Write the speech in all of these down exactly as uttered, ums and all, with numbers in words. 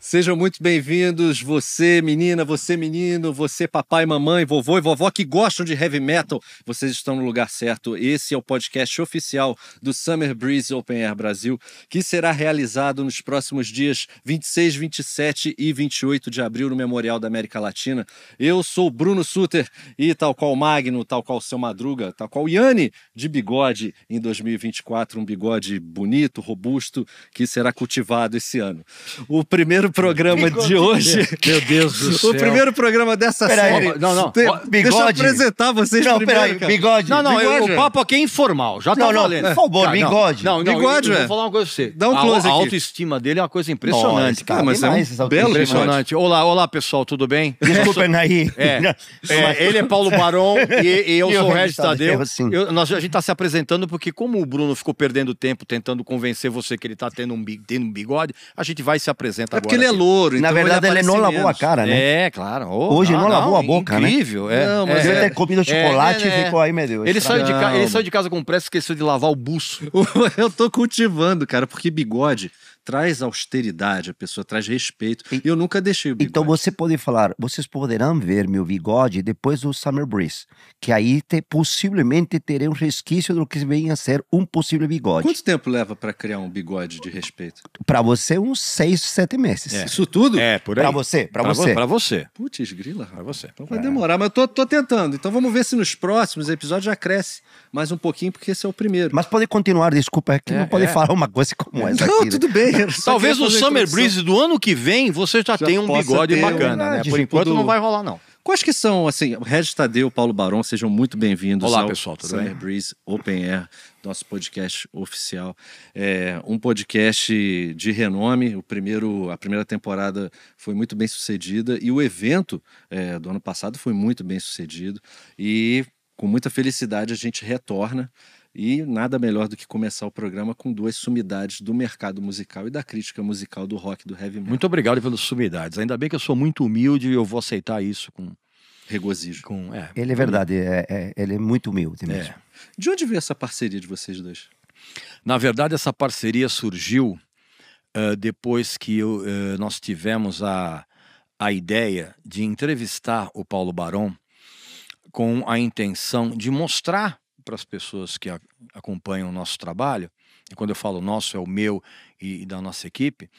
Sejam muito bem-vindos, você menina, você menino, você papai, mamãe, vovô e vovó que gostam de heavy metal, vocês estão no lugar certo. Esse é o podcast oficial do Summer Breeze Open Air Brasil, que será realizado nos próximos dias vinte e seis, vinte e sete e vinte e oito de abril no Memorial da América Latina. Eu sou o Bruno Sutter e tal qual o Magno, tal qual o Seu Madruga, tal qual o Yanni, de bigode em dois mil e vinte e quatro, um bigode bonito, robusto, que será cultivado esse ano. O primeiro programa de hoje... Meu Deus do céu. O primeiro programa dessa pera série... Aí, não, não. Tem, bigode. Deixa eu apresentar vocês não, primeiro, peraí, cara. bigode. Não, não, bigode. Eu, o papo aqui é informal, já tá não, não, valendo. Por favor, cara, bigode. Não, não, bigode, eu, eu é. vou falar uma coisa pra você. Dá um close a, aqui. a autoestima dele é uma coisa impressionante, Nossa, cara. Ah, mas é um demais essa belo autoestima. Impressionante. Olá, olá, pessoal, tudo bem? Desculpem aí. É, é, ele é Paulo Barão e, e eu E sou o o Regis Tadeu. Tadeu, sim. Eu, nós, a gente tá se apresentando porque como o Bruno ficou perdendo tempo tentando convencer você que ele tá tendo um, bi- tendo um bigode, a gente vai se apresentar É porque ele agora. é louro, Na então verdade, ele, aparece não lavou menos. a cara, né? É, claro. Oh, Hoje ah, não lavou a boca, né? incrível, é. Não, mas é. Deve ter comido chocolate é, e é. ficou aí, meu Deus. Ele saiu, de ca... Não. ele saiu de casa com pressa e esqueceu de lavar o buço. Eu tô cultivando, cara, porque bigode traz austeridade, a pessoa traz respeito. E eu nunca deixei o bigode. Então você pode falar, vocês poderão ver meu bigode depois do Summer Breeze, que aí te, possivelmente terei um resquício do que venha a ser um possível bigode. Quanto tempo leva pra criar um bigode de respeito? Pra você, uns seis, sete meses. É. Isso tudo? É, por aí. Pra você, pra Pra você. vo- Pra você. Putz, grila, Pra você. então vai demorar, mas eu tô, tô tentando. Então vamos ver se nos próximos episódios já cresce mais um pouquinho, porque esse é o primeiro. Mas pode continuar, desculpa, é que É, não pode é. falar uma coisa como essa Não, aqui. né? tudo bem. eu só Talvez queria no fazer a Summer introdução. Breeze do ano que vem você já, Já tenha um possa bigode ter, bacana, né? verdade, Por tipo enquanto do- não vai rolar, não. Quais que são, assim, o Regis Tadeu, Paulo Barão, sejam muito bem-vindos Olá, ao pessoal, tudo Summer bem? Breeze Open Air, nosso podcast oficial. É um podcast de renome, o primeiro, a primeira temporada foi muito bem sucedida e o evento é, do ano passado foi muito bem sucedido e com muita felicidade a gente retorna. E nada melhor do que começar o programa com duas sumidades do mercado musical e da crítica musical do rock e do heavy metal. Muito obrigado pelas sumidades. Ainda bem que eu sou muito humilde e eu vou aceitar isso com... Regozijo. com é. Ele é verdade, é, é- ele é muito humilde mesmo. De onde veio essa parceria de vocês dois? Na verdade, essa parceria surgiu eh, depois que eu, eh, nós tivemos a, a ideia de entrevistar o Paulo Barão com a intenção de mostrar para as pessoas que a- acompanham o nosso trabalho, e quando eu falo nosso é o meu e, e da nossa equipe,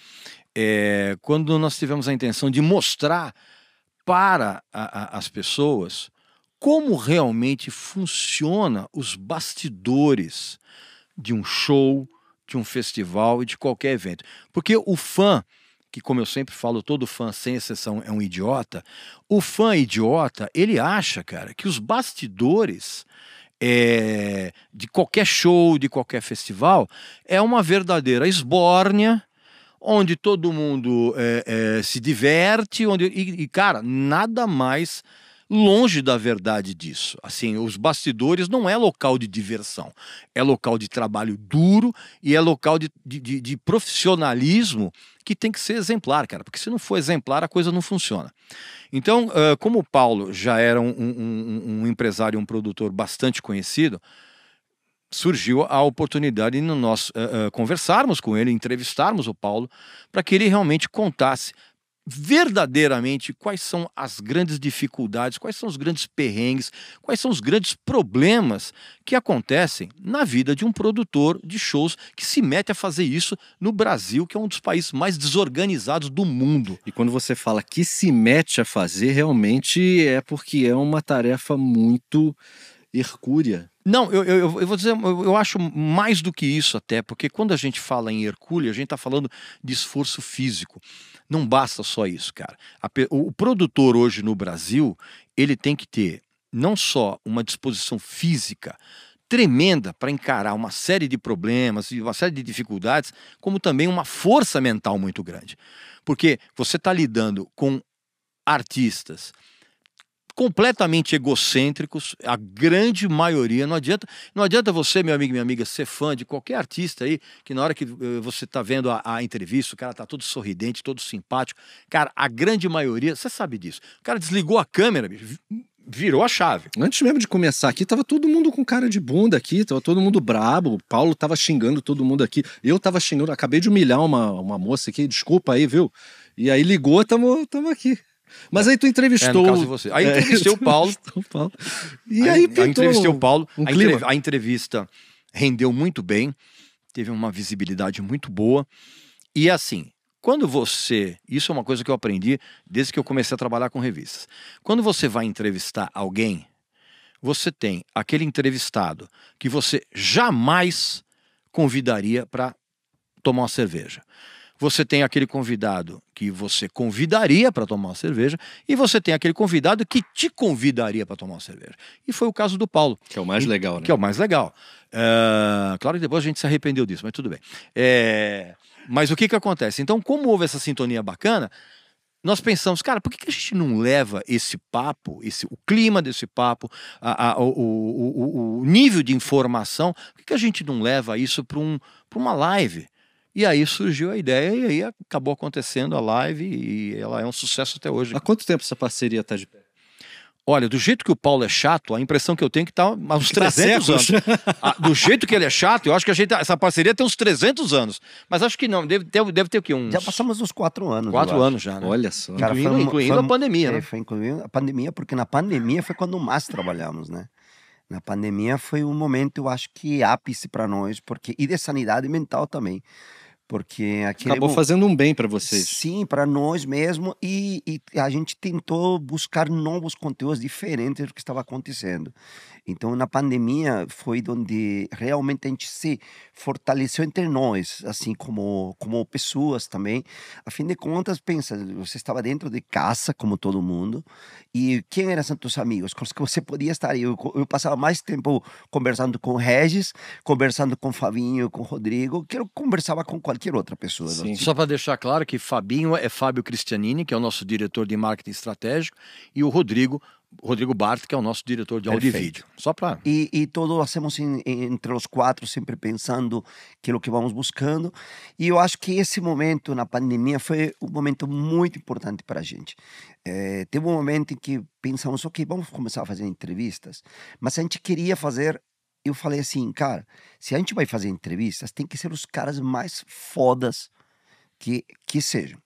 é, quando nós tivemos a intenção de mostrar para a- a- as pessoas como realmente funciona os bastidores de um show, de um festival e de qualquer evento. Porque o fã, que como eu sempre falo, todo fã, sem exceção, é um idiota, o fã idiota, ele acha, cara, que os bastidores é, de qualquer show, de qualquer festival, é uma verdadeira esbórnia, onde todo mundo é, é, se diverte, onde, e, e, cara, nada mais longe da verdade disso. Assim, os bastidores não é local de diversão, é local de trabalho duro e é local de, de, de- de profissionalismo que tem que ser exemplar, cara, porque se não for exemplar, a coisa não funciona. Então, ah, como o Paulo já era um, um- um- um empresário, um produtor bastante conhecido, surgiu a oportunidade de nós ah, ah, conversarmos com ele, entrevistarmos o Paulo, para que ele realmente contasse verdadeiramente quais são as grandes dificuldades, quais são os grandes perrengues, quais são os grandes problemas que acontecem na vida de um produtor de shows que se mete a fazer isso no Brasil, que é um dos países mais desorganizados do mundo. E quando você fala que se mete a fazer, realmente é porque é uma tarefa muito hercúlea. Não, eu, eu, eu vou dizer, eu, eu acho mais do que isso até, porque quando a gente fala em hercúleo, a gente está falando de esforço físico. Não basta só isso, cara. A pe- o, o produtor hoje no Brasil, ele tem que ter não só uma disposição física tremenda para encarar uma série de problemas e uma série de dificuldades, como também uma força mental muito grande. Porque você está lidando com artistas completamente egocêntricos, a grande maioria. Não adianta, não adianta você, meu amigo e minha amiga, ser fã de qualquer artista aí, que na hora que eh, você está vendo a, a entrevista, o cara tá todo sorridente, todo simpático. Cara, a grande maioria, você sabe disso. O cara desligou a câmera, bicho, virou a chave. Antes mesmo de começar aqui, tava todo mundo com cara de bunda aqui, tava todo mundo brabo, o Paulo tava xingando todo mundo aqui, eu tava xingando, acabei de humilhar uma, uma moça aqui, desculpa aí, viu? E aí ligou, tamo, tamo aqui. Mas aí tu entrevistou... É, no caso de você. Aí entrevistei é, o Paulo. o Paulo. E aí, aí, aí entrevistei o Paulo, um a, clima. entrev a entrevista rendeu muito bem, teve uma visibilidade muito boa, e assim... Quando você, isso é uma coisa que eu aprendi desde que eu comecei a trabalhar com revistas. Quando você vai entrevistar alguém, você tem aquele entrevistado que você jamais convidaria para tomar uma cerveja. Você tem aquele convidado que você convidaria para tomar uma cerveja e você tem aquele convidado que te convidaria para tomar uma cerveja. E foi o caso do Paulo. Que é o mais legal, né? Que é o mais legal. É... Claro que depois a gente se arrependeu disso, mas tudo bem. É... Mas o que que acontece? Então, como houve essa sintonia bacana, nós pensamos, cara, por que que a gente não leva esse papo, esse, o clima desse papo, a, a, o, o, o, o nível de informação, por que que a gente não leva isso para um, para uma live? E aí surgiu a ideia e aí acabou acontecendo a live e ela é um sucesso até hoje. Há quanto tempo essa parceria tá de pé? Olha, do jeito que o Paulo é chato, a impressão que eu tenho é que tá há uns trezentos anos. Ah, do jeito que ele é chato, eu acho que a gente, essa parceria tem uns trezentos anos. Mas acho que não, deve ter, deve ter o quê? Uns... Já passamos dos quatro anos. Quatro anos já, né? Olha só. Cara, incluindo foi, incluindo foi, a pandemia, é, né? Foi incluindo a pandemia, porque na pandemia foi quando mais trabalhamos, né? Na pandemia foi um momento, eu acho que ápice para nós, porque e de sanidade mental também. Porque aquele acabou fazendo um bem para vocês. Sim, para nós mesmo e, e a gente tentou buscar novos conteúdos diferentes do que estava acontecendo. Então, na pandemia foi onde realmente a gente se fortaleceu entre nós, assim como como pessoas também. A fim de contas, pensa, você estava dentro de casa como todo mundo e quem eram seus amigos? Com os que você podia estar. Eu, eu passava mais tempo conversando com o Regis, conversando com o Fabinho, com o Rodrigo, que eu conversava com qualquer outra pessoa. Sim. Só para deixar claro que Fabinho é Fábio Cristianini, que é o nosso diretor de marketing estratégico, e o Rodrigo, Rodrigo Bart, que é o nosso diretor de áudio e vídeo. Só para... E, e todos hacemos em, entre os quatro, sempre pensando que é o que vamos buscando. E eu acho que esse momento na pandemia foi um momento muito importante para a gente. É, teve um momento em que pensamos, ok, vamos começar a fazer entrevistas, mas a gente queria fazer... Eu falei assim, cara, se a gente vai fazer entrevistas, tem que ser os caras mais fodas que, que sejam.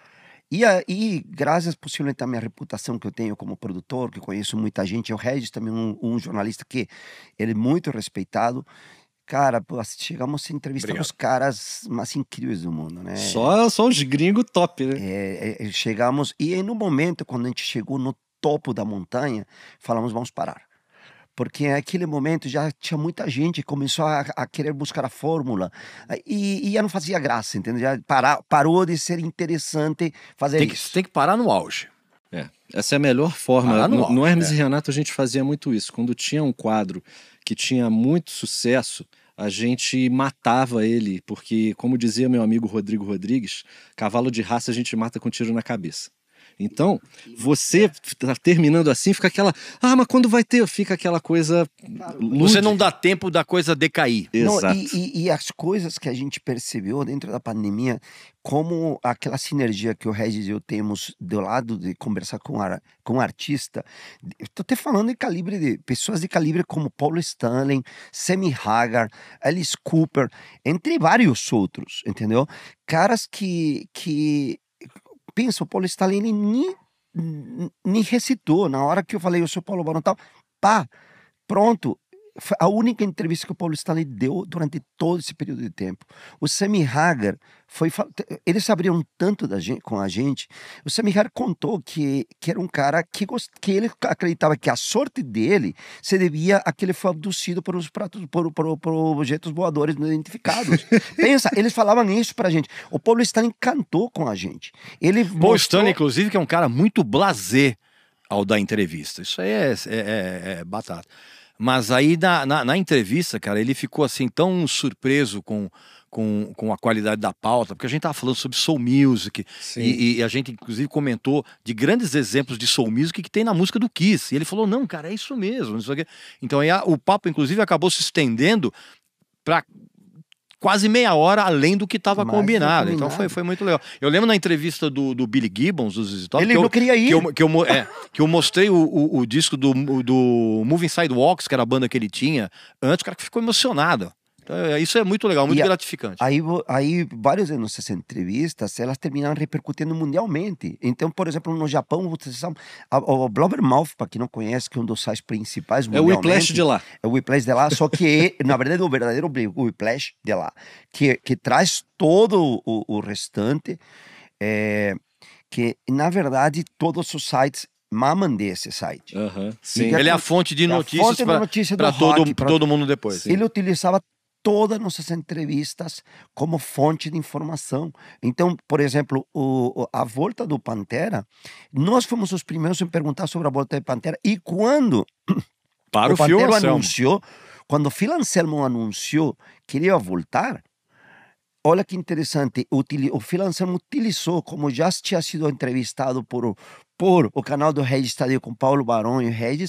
E aí, graças possivelmente à minha reputação que eu tenho como produtor, que conheço muita gente, o Regis também um, um jornalista que ele é muito respeitado. Cara, pô, chegamos a entrevistar Obrigado. os caras mais incríveis do mundo, né? Só, só os gringos top, né? É, é, chegamos, e no momento, quando a gente chegou no topo da montanha, falamos, vamos parar. Porque naquele momento já tinha muita gente que começou a, a querer buscar a fórmula e, e já não fazia graça, entendeu? Já para, parou de ser interessante fazer Tem que, isso. tem que parar no auge. É, essa é a melhor forma. Parar no No, auge, no Hermes é. e Renato a gente fazia muito isso. Quando tinha um quadro que tinha muito sucesso, a gente matava ele, porque, como dizia meu amigo Rodrigo Rodrigues, cavalo de raça a gente mata com tiro na cabeça. Então, você tá terminando assim, fica aquela... Ah, mas quando vai ter? Fica aquela coisa... Você não dá tempo da coisa decair. Não, Exato. e, e, e as coisas que a gente percebeu dentro da pandemia, como aquela sinergia que o Regis e eu temos do lado de conversar com a, com o artista, estou até falando de calibre de pessoas de calibre como Paul Stanley, Sammy Hagar, Alice Cooper, entre vários outros, entendeu? Caras que... que pensa, o Paulo Stanley ele nem, nem recitou. Na hora que eu falei, eu sou Paulo Barão, tal, pá, pronto. Foi a única entrevista que o Paulo Stanley deu durante todo esse período de tempo. O Sammy Hagar, foi, eles abriram tanto da gente, com a gente. O Sammy Hagar contou que, que era um cara que, gost, que ele acreditava que a sorte dele se devia a que ele foi abduzido por os pratos, por, por, por objetos voadores não identificados. Pensa, eles falavam isso pra gente. O Paulo Stanley cantou com a gente. Ele Paul mostrou... Stanley, inclusive, que é um cara muito blasé ao dar entrevista. Isso aí é, é, é, é batata. Mas aí na, na, na entrevista, cara, ele ficou assim tão surpreso com, com, com a qualidade da pauta, porque a gente tava falando sobre soul music e, e a gente inclusive comentou de grandes exemplos de soul music que tem na música do Kiss. E ele falou, não, cara, é isso mesmo. Não sei o quê. Então aí a, o papo inclusive acabou se estendendo para quase meia hora além do que estava combinado. combinado. Então foi, foi muito legal. Eu lembro na entrevista do, do Billy Gibbons, dos Z Z Top, Ele que não eu, queria ir. Que eu, que eu, é, que eu mostrei o, o, o disco do, do Moving Sidewalks, que era a banda que ele tinha, antes, o cara que ficou emocionado. Então, isso é muito legal, muito E a- gratificante. Aí, vo- aí várias das nossas entrevistas, elas terminaram repercutindo mundialmente. Então, por exemplo, no Japão, vocês sabem, a- o Blabbermouth, para quem não conhece, que é um dos sites principais É o mundialmente. Whiplash de lá. É o Whiplash de lá, só que, na verdade, o verdadeiro Bli- Whiplash de lá, que, que traz todo o, o restante, é, que, na verdade, todos os sites mamam desse site. Aham, sim. E que Ele é a fonte de É a notícias fonte da para notícia do todo, rock, pra- todo mundo depois. Ele utilizava todas nossas entrevistas como fonte de informação. Então, por exemplo, o, o- a volta do Pantera, nós fomos os primeiros em perguntar sobre a volta do Pantera. E quando Para o, o Phil Pantera Anselmo. anunciou, quando o Phil Anselmo anunciou que ele ia voltar, olha que interessante, utili- o Phil Anselmo utilizou, como já tinha sido entrevistado por, o- por o canal do Regis Tadeu com Paulo Barão e o Regis,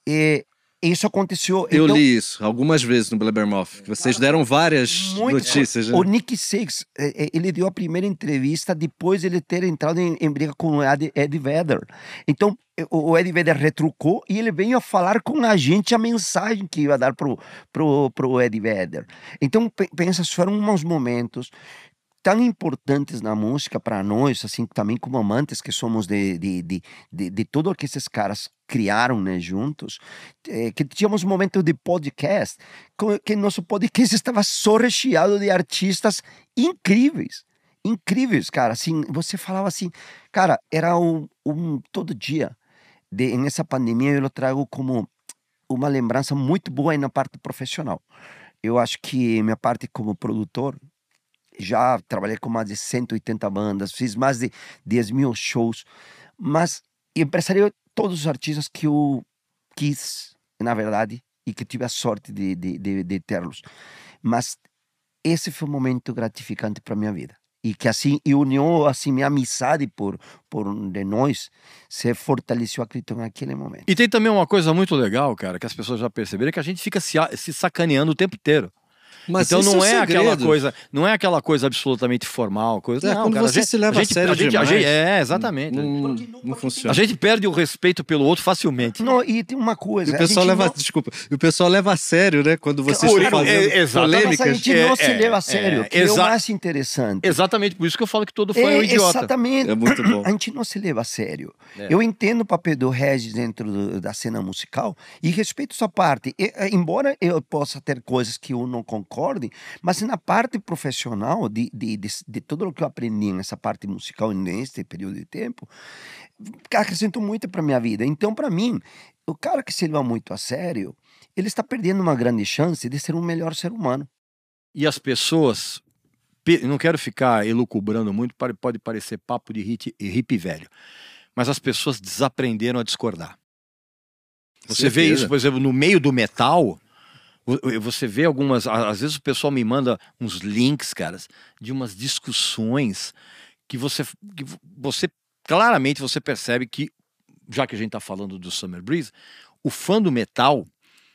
e isso aconteceu. Eu então, li isso algumas vezes no Blabbermouth. que Vocês deram várias muito- notícias, né? O Nick Six, eh, eh, ele deu a primeira entrevista depois de ele ter entrado em, em briga com o Ed, Eddie Vedder. Então, eh, o o Eddie Vedder retrucou e ele veio a falar com a gente a mensagem que ia dar pro, pro, pro Eddie Vedder. Então, pe- pensa, foram uns momentos tão importantes na música para nós, assim, também como amantes que somos de, de, de, de, de tudo que esses caras criaram, né, juntos, eh, que tínhamos um momento de podcast, co- que nosso podcast estava só recheado de artistas incríveis, incríveis, cara, assim, você falava assim, cara, era um, um todo dia, de, nessa pandemia eu trago como uma lembrança muito boa aí na parte profissional. Eu acho que minha parte como produtor, já trabalhei com mais de cento e oitenta bandas, fiz mais de dez mil shows, mas empresariei todos os artistas que eu quis, na verdade, e que tive a sorte de, de, de, de tê-los. Mas esse foi um momento gratificante para minha vida. E que assim, e uniu assim, minha amizade por, por um de nós se fortaleceu, acredito, naquele momento. E tem também uma coisa muito legal, cara, que as pessoas já perceberam, é que a gente fica se, a- se sacaneando o tempo inteiro. Mas então isso não é, é um aquela segredo. coisa, não é aquela coisa absolutamente formal, coisa. É, não, quando cara, você a gente, se leva a gente- sério gente- demais, gente- é, exatamente. Não, não A funciona. gente perde o respeito pelo outro facilmente. Não, e tem uma E coisa, o a pessoal gente leva, não- desculpa, e o pessoal leva a sério, né? Quando vocês Claro, estão fazendo é, exatamente. mas a polêmicas. gente É, não se é, leva a sério, é, que é o exa- mais interessante. Exatamente, por isso que eu falo que todo fã é um É, idiota. exatamente. É muito bom. A gente não se leva a sério. É. Eu entendo o papel do Regis dentro do- da cena musical e respeito essa parte. E, eh, embora eu possa ter coisas que eu não concorde, mas na parte profissional de, de, de, de tudo o que eu aprendi nessa parte musical neste período de tempo, acrescentou muito para minha vida. Então, para mim, o cara que se leva muito a sério, ele está perdendo uma grande chance de ser um melhor ser humano. E as pessoas, pe- não quero ficar elucubrando muito, pare- pode parecer papo de hit- hippie velho, mas as pessoas desaprenderam a discordar. Você vê Certeza. isso, por exemplo, no meio do metal, vo- você vê algumas, a- às vezes o pessoal me manda uns links, caras, de umas discussões que você, que vo- você claramente você percebe que, já que a gente está falando do Summer Breeze, o fã do metal,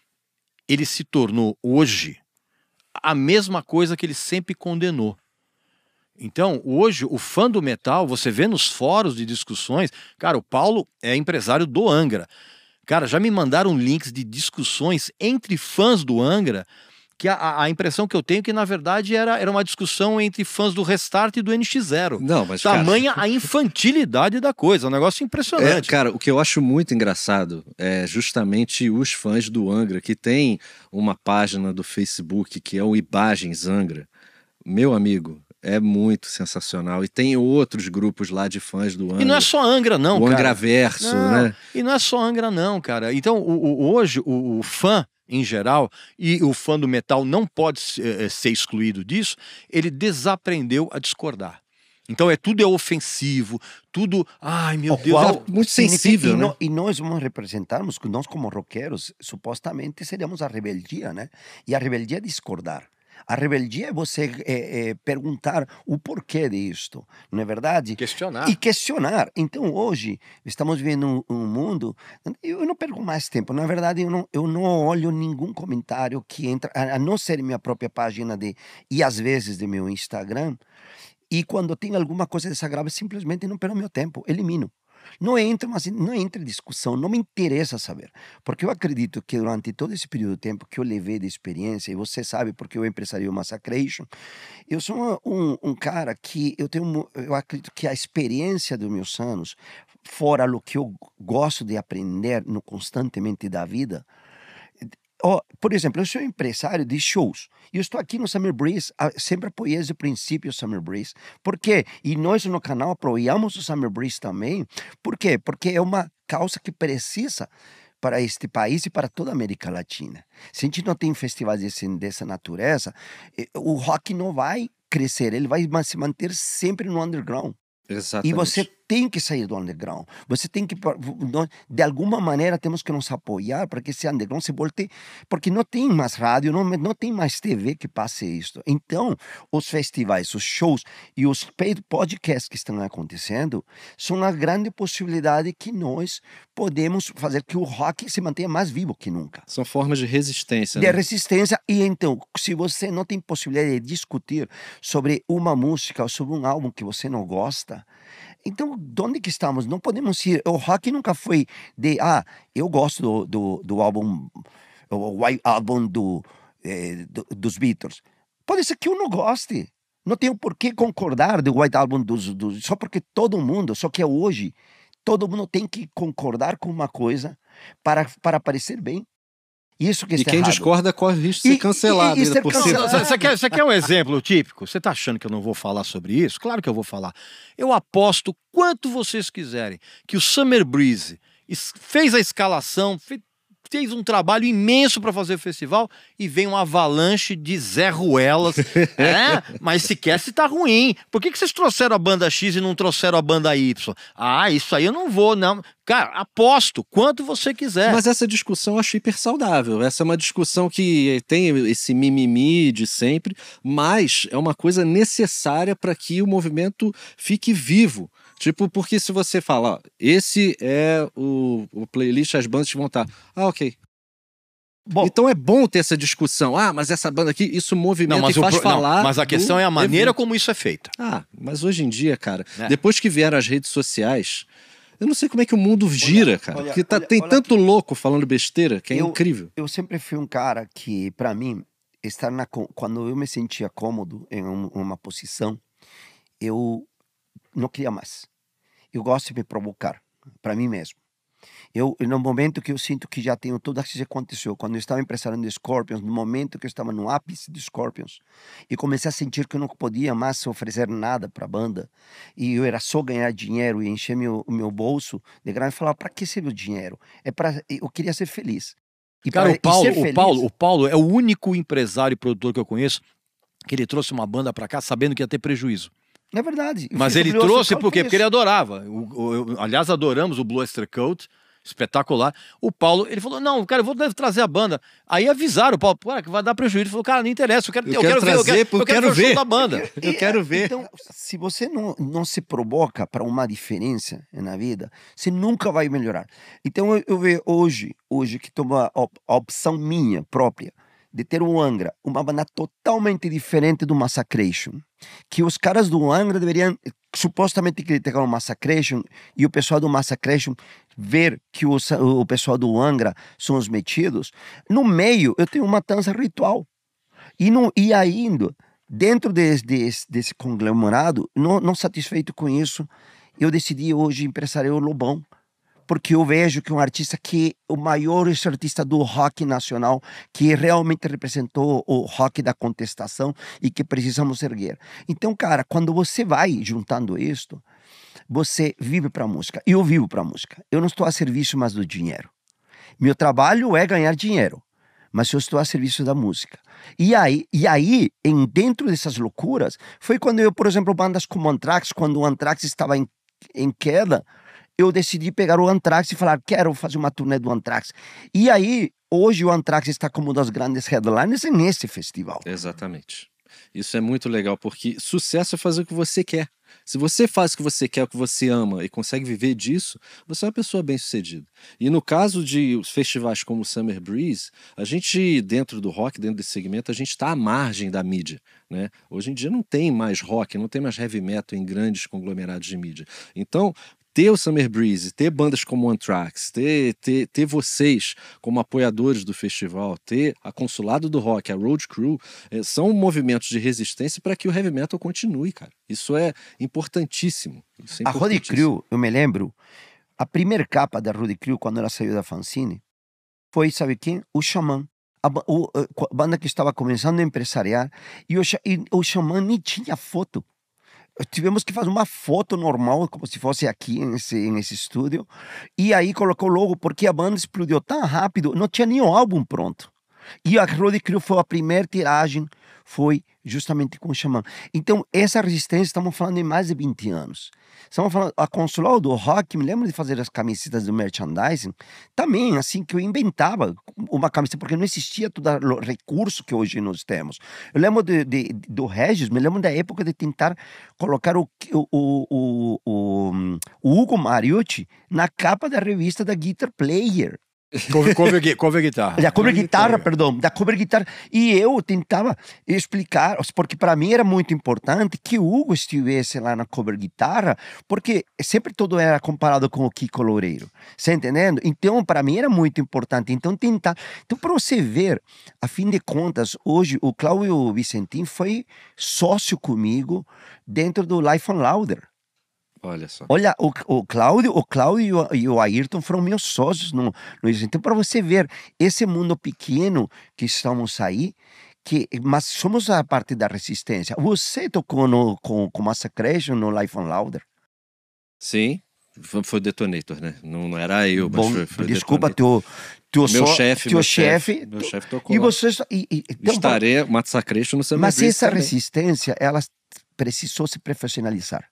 ele se tornou hoje a mesma coisa que ele sempre condenou. Então, hoje, o fã do metal, você vê nos fóruns de discussões, cara, o Paulo é empresário do Angra. Cara, já me mandaram links de discussões entre fãs do Angra, que a- a, a impressão que eu tenho é que, na verdade, era, era uma discussão entre fãs do Restart e do N X Zero. Não, mas cara, Tamanha a infantilidade da coisa, um negócio é, impressionante. cara, o que eu acho muito engraçado é justamente os fãs do Angra, que tem uma página do Facebook que é o Imagens Angra. Meu amigo, é muito sensacional. E tem outros grupos lá de fãs do Angra. E não é só Angra, não, o cara. Angraverso, Não, né? E não é só Angra, não, cara. Então, o, o- hoje, o, o fã, em geral, e o fã do metal não pode eh, ser excluído disso, ele desaprendeu a discordar. Então, é tudo é ofensivo, tudo. Ai, meu O Deus. qual muito significa- sensível, e, né? no- e nós vamos representarmos, que nós como roqueiros, supostamente seríamos a rebeldia, né? E a rebeldia é discordar. A rebeldia é você é, é, perguntar o porquê disto, não é verdade? Questionar. E questionar. Então, hoje, estamos vivendo um, um mundo... Eu não perco mais tempo. Na verdade, eu não, eu não olho nenhum comentário que entra, a, a não ser minha própria página de, e às vezes de meu Instagram. E quando tem alguma coisa desagradável, simplesmente não perco meu tempo, elimino. Não entra, mas não entra em discussão, não me interessa saber. Porque eu acredito que durante todo esse período de tempo que eu levei de experiência, e você sabe porque eu empresario Massacration, eu sou um, um cara que eu tenho, eu acredito que a experiência dos meus anos, fora o que eu gosto de aprender no constantemente da vida. Oh, por exemplo, eu sou empresário de shows. Eu estou aqui no Summer Breeze, sempre apoiei desde o princípio o Summer Breeze. Por quê? E nós no canal apoiamos o Summer Breeze também. Por quê? Porque é uma causa que precisa para este país e para toda a América Latina. Se a gente não tem festivais desse, dessa natureza, o rock não vai crescer, ele vai se manter sempre no underground. Exatamente. E você tem que sair do underground. Você tem que, de alguma maneira, temos que nos apoiar para que esse underground se volte, porque não tem mais rádio, não, não tem mais T V que passe isso. Então, os festivais, os shows e os podcasts que estão acontecendo são uma grande possibilidade que nós podemos fazer que o rock se mantenha mais vivo que nunca. São formas de resistência. De né? resistência. E então, se você não tem possibilidade de discutir sobre uma música ou sobre um álbum que você não gosta, então, de onde que estamos? Não podemos ir. O rock nunca foi de, ah, eu gosto do, do, do álbum, o White Album do, eh, do, dos Beatles. Pode ser que eu não goste. Não tenho por que concordar do White Album dos, dos... Só porque todo mundo, só que é hoje, todo mundo tem que concordar com uma coisa para, para parecer bem. Isso que e quem errado. discorda corre o risco de ser E- cancelado. e- e ainda ser por cancelado. cima. Você, você quer, você quer um exemplo típico? Você tá achando que eu não vou falar sobre isso? Claro que eu vou falar. Eu aposto quanto vocês quiserem que o Summer Breeze es- fez a escalação, fe- fez um trabalho imenso para fazer o festival e vem uma avalanche de Zé Ruelas. É, mas sequer se tá ruim. Por que, que vocês trouxeram a banda X e não trouxeram a banda Y? Ah, isso aí eu não vou, não. Cara, aposto quanto você quiser. Mas essa discussão eu acho hiper saudável. Essa é uma discussão que tem esse mimimi de sempre, mas é uma coisa necessária para que o movimento fique vivo. Tipo, porque se você fala, ó, esse é o, o playlist, as bandas que vão estar. Ah, ok. Bom, Então é bom ter essa discussão. Ah, mas essa banda aqui, isso movimenta Não, mas, e o faz pro- não, falar. mas a questão é a do maneira evento. como isso é feito. Ah, mas hoje em dia, cara, É. depois que vieram as redes sociais, eu não sei como é que o mundo gira, cara. olha, porque tá, olha, tem olha tanto louco falando besteira que é Eu- incrível. eu sempre fui um cara que, para mim, estar na co- quando eu me sentia cômodo em um- uma posição, eu não queria mais. Eu gosto de me provocar, para mim mesmo. Eu, no momento que eu sinto que já tenho tudo isso que aconteceu, quando eu estava empresariando Scorpions, no momento que eu estava no ápice de Scorpions, e comecei a sentir que eu não podia mais oferecer nada para a banda, e eu era só ganhar dinheiro e encher meu, o meu bolso de grana, e falar, para que serve o dinheiro? É para eu queria ser feliz. E Cara, pra- o e Paulo, ser o, feliz- Paulo, o Paulo é o único empresário e produtor que eu conheço que ele trouxe uma banda pra cá sabendo que ia ter prejuízo. É verdade. Eu Mas fiz o ele Blue trouxe Oyster por quê? Cult Porque ele isso. adorava. O- o- eu- aliás, adoramos o Blue Oyster Cult, espetacular. O Paulo, ele falou, não, cara, eu vou trazer a banda. Aí avisaram o Paulo, pô, que vai dar prejuízo. Ele falou, cara, não interessa, eu quero, Eu eu quero quero ver, eu trazer, quero, porque eu quero, eu quero ver o show ver. da banda. Eu quero ver. Então, se você não, não se provoca para uma diferença na vida, você nunca vai melhorar. Então, eu, eu vejo hoje, hoje que tomo a, op- a opção minha própria de ter o Angra, uma banda totalmente diferente do Massacration, que os caras do Angra deveriam supostamente criticar o Massacration e o pessoal do Massacration ver que os, o pessoal do Angra são os metidos. No meio, eu tenho uma dança ritual. E, não, e ainda, dentro desse, desse, desse conglomerado, não, não satisfeito com isso, eu decidi hoje empresariar o Lobão, porque eu vejo que é um artista que é o maior artista do rock nacional, que realmente representou o rock da contestação e que precisamos erguer. Então, cara, quando você vai juntando isto, você vive para a música. Eu vivo para a música. Eu não estou a serviço mais do dinheiro. Meu trabalho é ganhar dinheiro, mas eu estou a serviço da música. E aí, e aí em, dentro dessas loucuras, foi quando eu, por exemplo, bandas como Anthrax, quando o Anthrax estava em, em queda, eu decidi pegar o Anthrax e falar, quero fazer uma turnê do Anthrax. E aí, hoje o Anthrax está como um dos grandes headliners nesse festival. Exatamente. Isso é muito legal, porque sucesso é fazer o que você quer. Se você faz o que você quer, o que você ama e consegue viver disso, você é uma pessoa bem-sucedida. E no caso de festivais como o Summer Breeze, a gente, dentro do rock, dentro desse segmento, a gente está à margem da mídia, né? Hoje em dia não tem mais rock, não tem mais heavy metal em grandes conglomerados de mídia. Então, ter o Summer Breeze, ter bandas como o Anthrax, ter, ter, ter vocês como apoiadores do festival, ter a Consulado do Rock, a Road Crew, eh, são movimentos de resistência para que o heavy metal continue, cara. Isso é importantíssimo. Isso é A Road Crew, eu me lembro, a primeira capa da Road Crew, quando ela saiu da fanzine, foi, sabe quem? O Xamã. A, o, a banda que estava começando a empresariar, e o, e o Xamã nem tinha foto. Tivemos que fazer uma foto normal, como se fosse aqui nesse, nesse estúdio. E aí colocou logo, porque a banda explodiu tão rápido, não tinha nenhum álbum pronto. E a Road Crew foi a primeira tiragem, foi justamente com o Xamã. Então, essa resistência, estamos falando em mais de vinte anos. Estamos falando, a Consulado do Rock, me lembro de fazer as camisetas do merchandising, também, assim, que eu inventava uma camiseta, porque não existia todo o recurso que hoje nós temos. Eu lembro de, de, do Regis, me lembro da época de tentar colocar o, o, o, o, o Hugo Mariucci na capa da revista da Guitar Player. Cover, cover, cover guitarra. Da cover guitarra, perdão, da cover guitarra. E eu tentava explicar, porque para mim era muito importante que o Hugo estivesse lá na cover guitarra, porque sempre tudo era comparado com o Kiko Loureiro. Você entendendo? Então, para mim era muito importante. Então, tentar. Então, para você ver, a fim de contas, hoje o Cláudio Vicentim foi sócio comigo dentro do Life on Louder. Olha só. Olha, o, o Cláudio, o Cláudio e o, e o Ayrton foram meus sócios no, no Então, para você ver esse mundo pequeno que estamos aí, que, mas somos a parte da resistência. Você tocou no, com, com Massacration no Life on Louder? Sim, foi o Detonator, né? Não, não era eu, mas Bom, foi, foi desculpa, Detonator. teu, teu Meu só, chefe, teu meu chefe, chefe, meu tu, chefe tocou e lá. você e, e, então, Estarei, Massacration no Summer mas Breeze essa também. resistência, ela precisou se profissionalizar.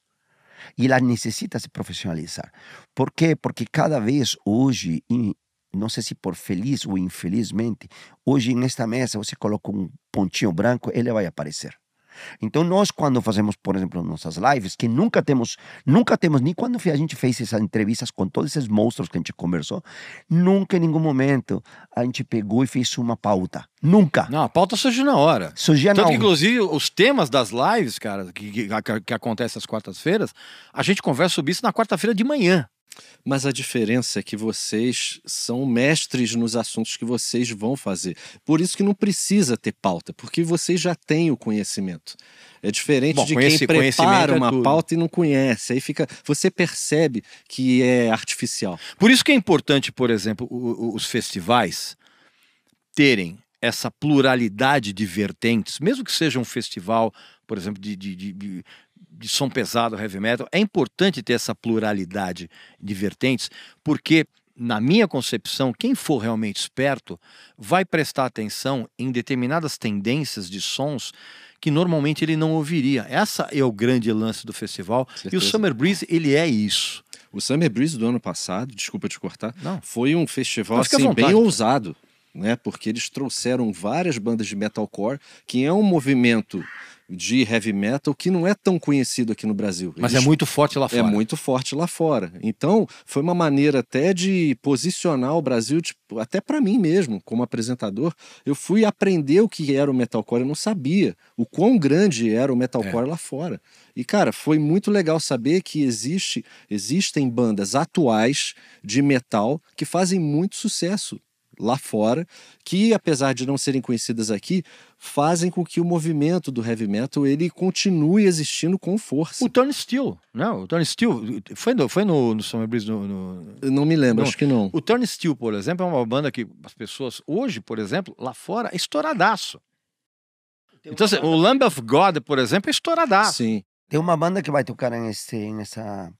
E ela necessita se profissionalizar. Por quê? Porque cada vez hoje, não sei se por feliz ou infelizmente, hoje nesta mesa você coloca um pontinho branco, ele vai aparecer. Então nós, quando fazemos, por exemplo, nossas lives, que nunca temos, nunca temos, nem quando a gente fez essas entrevistas com todos esses monstros que a gente conversou, nunca em nenhum momento a gente pegou e fez uma pauta. Nunca. Não, a pauta surgiu na hora. Surgia Tanto na que, hora. inclusive, os temas das lives, cara, que, que, que, que acontecem às quartas-feiras, a gente conversa sobre isso na quarta-feira de manhã. Mas a diferença é que vocês são mestres nos assuntos que vocês vão fazer. Por isso que não precisa ter pauta, porque vocês já têm o conhecimento. É diferente Bom, de conhece, quem prepara é uma tudo. pauta e não conhece. Aí fica, você percebe que é artificial. Por isso que é importante, por exemplo, o, o, os festivais terem essa pluralidade de vertentes, mesmo que seja um festival, por exemplo, de, de, de, de de som pesado, heavy metal, é importante ter essa pluralidade de vertentes, porque, na minha concepção, quem for realmente esperto vai prestar atenção em determinadas tendências de sons que normalmente ele não ouviria. Essa é o grande lance do festival. Certeza. E o Summer Breeze, ele é isso. O Summer Breeze do ano passado, desculpa te cortar, Não. foi um festival Não, fica à assim, vontade, bem cara. ousado, né? Porque eles trouxeram várias bandas de metalcore, que é um movimento de heavy metal que não é tão conhecido aqui no Brasil. Mas Eles... é muito forte lá fora. É muito forte lá fora. Então, foi uma maneira até de posicionar o Brasil, tipo, até para mim mesmo, como apresentador, eu fui aprender o que era o metalcore, eu não sabia o quão grande era o metalcore é. lá fora. E, cara, foi muito legal saber que existe, existem bandas atuais de metal que fazem muito sucesso lá fora, que apesar de não serem conhecidas aqui, fazem com que o movimento do heavy metal ele continue existindo com força. O Turnstile, não, o Turnstile foi no, foi no, no Summer Breeze, no, no... Eu não me lembro, não. acho que não. O Turnstile, por exemplo, é uma banda que as pessoas hoje, por exemplo, lá fora é estouradaço. Então, assim, o Lamb of God, por exemplo, é estouradaço. Sim. Tem uma banda que vai tocar nesse, nessa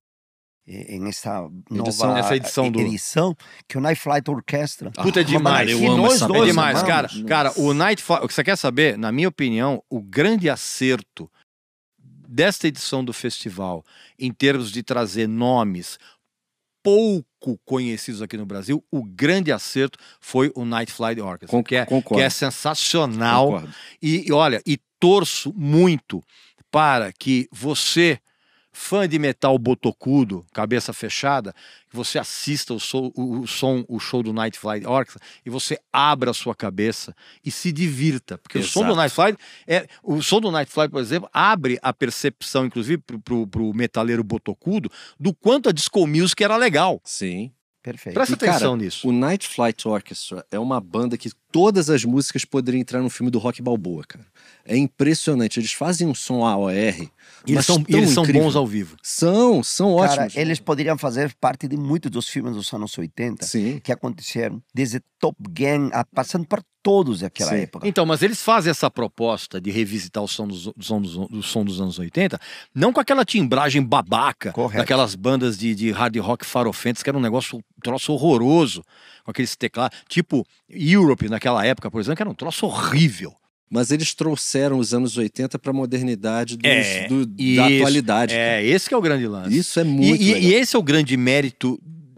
nessa edição, nova essa edição, do... edição, que é o Night Flight Orchestra. Puta, é demais. Eu amo nós essa dois É demais, amamos. cara. Cara, o Night Flight... O que você quer saber? Na minha opinião, o grande acerto desta edição do festival, em termos de trazer nomes pouco conhecidos aqui no Brasil, o grande acerto foi o Night Flight Orchestra, Con que, é, concordo. que é sensacional. Concordo. E, e olha, e torço muito para que você, fã de metal botocudo, cabeça fechada, que você assista o, show, o, o, som, o show do Night Flight Orchestra e você abra a sua cabeça e se divirta. Porque Exato. o som do Night Flight, é, o som do Night Flight, por exemplo, abre a percepção, inclusive, pro, pro, pro metaleiro botocudo, do quanto a disco music era legal. Sim. Perfeito. Presta E, cara, atenção nisso. O Night Flight Orchestra é uma banda que todas as músicas poderiam entrar no filme do Rock Balboa, cara. É impressionante. Eles fazem um som A O R. E eles são, eles são bons ao vivo. São, são Cara, ótimos. eles poderiam fazer parte de muitos dos filmes dos anos oitenta Sim. que aconteceram, desde Top Gun, a, passando por todos daquela Sim. época. Então, mas eles fazem essa proposta de revisitar o som dos, o som dos, do som dos anos oitenta, não com aquela timbragem babaca, Correto. daquelas bandas de, de hard rock farofentas, que era um negócio, um troço horroroso, com aqueles teclados, tipo Europe naquela época, por exemplo, que era um troço horrível. Mas eles trouxeram os anos oitenta para a modernidade dos, É, do, da isso, atualidade. É, esse que é o grande lance. Isso é muito e, legal. e esse é o grande mérito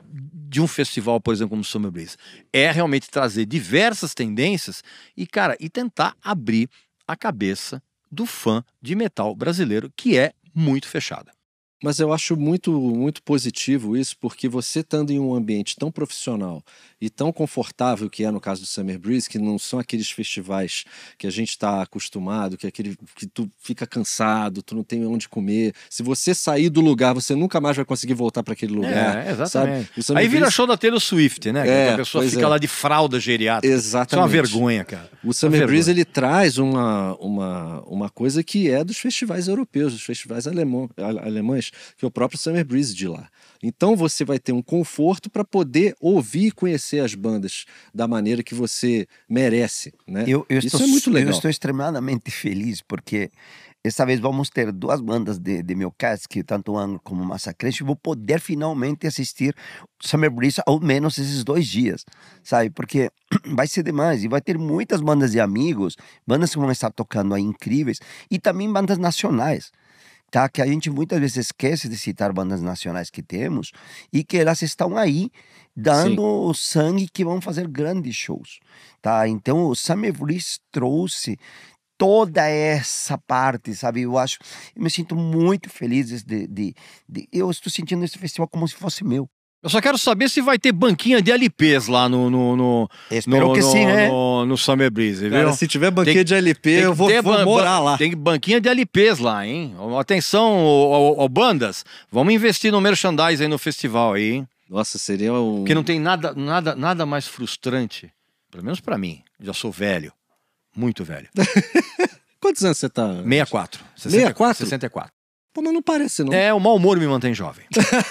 de um festival, por exemplo, como o Summer Breeze. É realmente trazer diversas tendências e, cara, e tentar abrir a cabeça do fã de metal brasileiro, que é muito fechada. Mas eu acho muito, muito positivo isso, porque você estando em um ambiente tão profissional e tão confortável que é no caso do Summer Breeze, que não são aqueles festivais que a gente está acostumado, que é aquele que tu fica cansado, tu não tem onde comer. Se você sair do lugar, você nunca mais vai conseguir voltar para aquele lugar. É, exatamente. Sabe? Aí vira Breeze... show da Taylor Swift, né? É, que a pessoa fica é. lá de fralda geriátrica. Exatamente. Isso é uma vergonha, cara. O Summer uma Breeze, vergonha. ele traz uma, uma, uma coisa que é dos festivais europeus, dos festivais alemão, alemães, que é o próprio Summer Breeze de lá. Então você vai ter um conforto para poder ouvir e conhecer as bandas da maneira que você merece, né? Eu, eu Isso estou, é muito legal. Eu estou extremamente feliz porque essa vez vamos ter duas bandas de, de meu cast, que tanto Angra como Massacration, e vou poder finalmente assistir Summer Breeze ao menos esses dois dias, sabe? Porque vai ser demais e vai ter muitas bandas de amigos, bandas que vão estar tocando aí incríveis e também bandas nacionais. Tá, que a gente muitas vezes esquece de citar bandas nacionais que temos e que elas estão aí dando o sangue, que vão fazer grandes shows, tá? Então o Summer Breeze trouxe toda essa parte, sabe? Eu acho, eu me sinto muito feliz de, de, de eu estou sentindo esse festival como se fosse meu. Eu só quero saber se vai ter banquinha de L Ps lá no, no, no, Espero no, que no, sim, né? no, no Summer Breeze, viu? Cara, se tiver banquinha Tem- de L P, Tem eu que vou, ter vou ban- morar lá. Tem banquinha de L Ps lá, hein? Atenção, ô, ô, ô, bandas, vamos investir no merchandising aí no festival aí, hein? Nossa, seria um... Porque não tem nada, nada, nada mais frustrante, pelo menos pra mim, já sou velho, muito velho. Quantos anos você tá? sessenta e quatro. sessenta e quatro? sessenta e quatro. Pô, mas não parece, não. É, o mau humor me mantém jovem.